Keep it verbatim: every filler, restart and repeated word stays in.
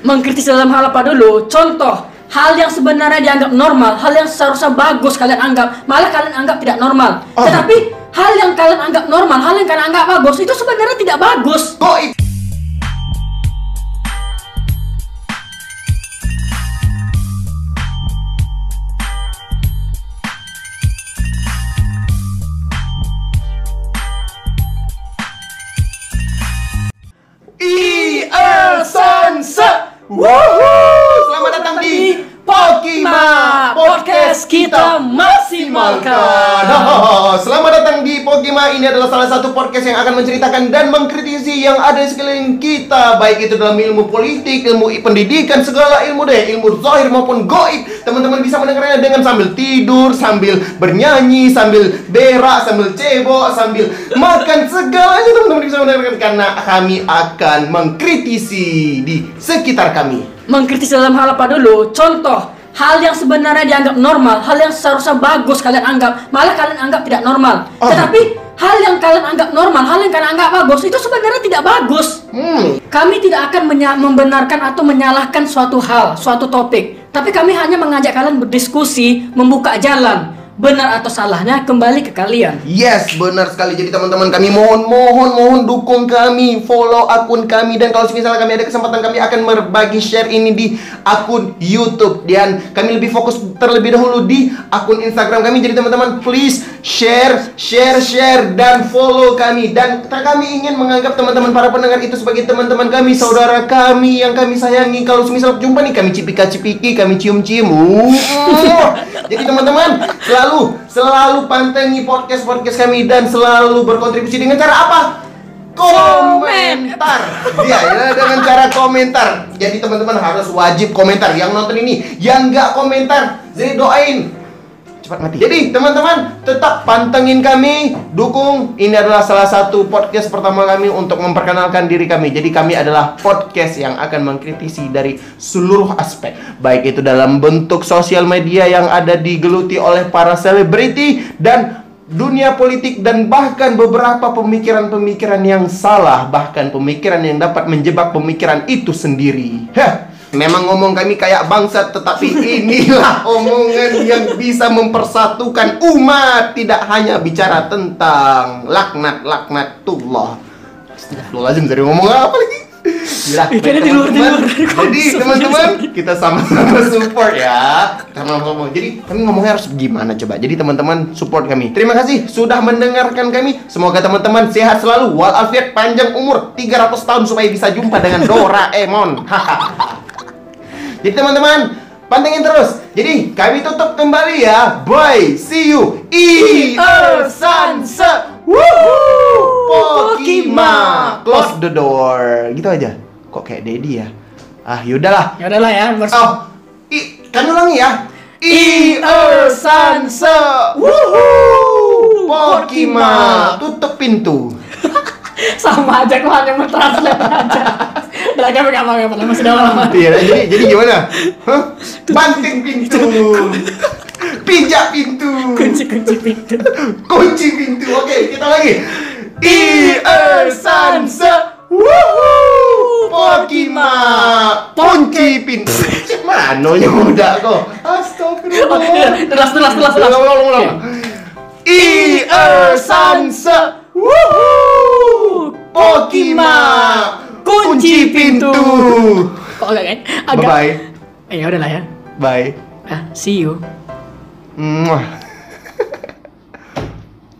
Mengkritis dalam hal apa dulu? Contoh, hal yang sebenarnya dianggap normal, hal yang seharusnya bagus kalian anggap, malah kalian anggap tidak normal. Oh. Tetapi hal yang kalian anggap normal, hal yang kalian anggap bagus, itu sebenarnya tidak bagus. Goib. I-er-san-se. Woohoo! Selamat datang di Pokima Podcast kita maksimalkan. Oh, selamat datang di Pokima. Ini adalah salah satu podcast yang akan menceritakan dan mengkritisi yang ada di sekeliling kita, baik itu dalam ilmu politik, ilmu pendidikan, segala ilmu deh, ilmu zahir maupun goib. Teman-teman bisa mendengarnya dengan sambil tidur, sambil bernyanyi, sambil berak, sambil cebok, sambil makan, segalanya teman-teman bisa mendengarkan karena kami akan mengkritisi di sekitar kami. Mengkritis dalam hal apa dulu? Contoh, hal yang sebenarnya dianggap normal, hal yang seharusnya bagus kalian anggap, malah kalian anggap tidak normal. Oh. Tetapi hal yang kalian anggap normal, hal yang kalian anggap bagus, itu sebenarnya tidak bagus. Hmm. Kami tidak akan menya- membenarkan atau menyalahkan suatu hal, suatu topik, tapi kami hanya mengajak kalian berdiskusi, membuka jalan. Benar atau salahnya kembali ke kalian. Yes, benar sekali. Jadi teman-teman kami mohon, mohon, mohon dukung kami, follow akun kami, dan kalau misalnya kami ada kesempatan kami akan berbagi share ini di akun YouTube, dan kami lebih fokus terlebih dahulu di akun Instagram kami. Jadi teman-teman please share, share, share dan follow kami, dan kami ingin menganggap teman-teman para pendengar itu sebagai teman-teman kami, saudara kami yang kami sayangi. Kalau misal jumpa nih kami cipika-cipiki, kami cium-cium. Uh. Jadi teman-teman selalu Selalu pantengi podcast-podcast kami dan selalu berkontribusi dengan cara apa? Komentar. Iya, ya, dengan cara komentar. Jadi teman-teman harus wajib komentar. Yang nonton ini, yang nggak komentar, jadi doain cepat mati. Jadi teman-teman tetap pantengin kami, dukung. Ini adalah salah satu podcast pertama kami untuk memperkenalkan diri kami. Jadi kami adalah podcast yang akan mengkritisi dari seluruh aspek, baik itu dalam bentuk sosial media yang ada digeluti oleh para selebriti dan dunia politik, dan bahkan beberapa pemikiran-pemikiran yang salah, bahkan pemikiran yang dapat menjebak pemikiran itu sendiri. Heh. Memang ngomong kami kayak bangsat, tetapi inilah omongan yang bisa mempersatukan umat. Tidak hanya bicara tentang laknat-laknatullah. Astagfirullahaladzim, dari ngomong apa lagi? Gila, teman-teman. Jadi teman-teman kita sama-sama support ya. Sama-sama. Jadi kami ngomongnya harus gimana coba? Jadi teman-teman support kami. Terima kasih sudah mendengarkan kami. Semoga teman-teman sehat selalu, walafiat, panjang umur tiga ratus tahun supaya bisa jumpa dengan Doraemon. Jadi teman-teman pantengin terus. Jadi kami tutup kembali ya. Bye, see you. I-er-san-se. Woohoo! Pokima. Close the door. Gitu aja. Kok kayak Dedi ya? Ah, yaudahlah. Ya udahlah ya. Bers- Oh, i, kan ulangi ya. I-er-san-se. Woohoo! Pokima. Tutup pintu. Sama aja, kok hanya mentranslate aja. Udah kami gak mau masih lama. Iya, jadi jadi gimana? Hah? Banting pintu. Pijak pintu. Kunci-kunci pintu. Kunci pintu. Oke, kita lagi. I-er-san-se. Woohoo! Pokima. Kunci pintu. Cik manonya udah kok. Astagfirullah. Telas, telas, telas, telas. Ulang, ulang, ulang. I-er-san-se. Woohoo! Pokima. Kunci pintu. Kok agak kan? Agak. Bye bye. Eh, ya udahlah ya. Bye. Ah, see you. Mwah.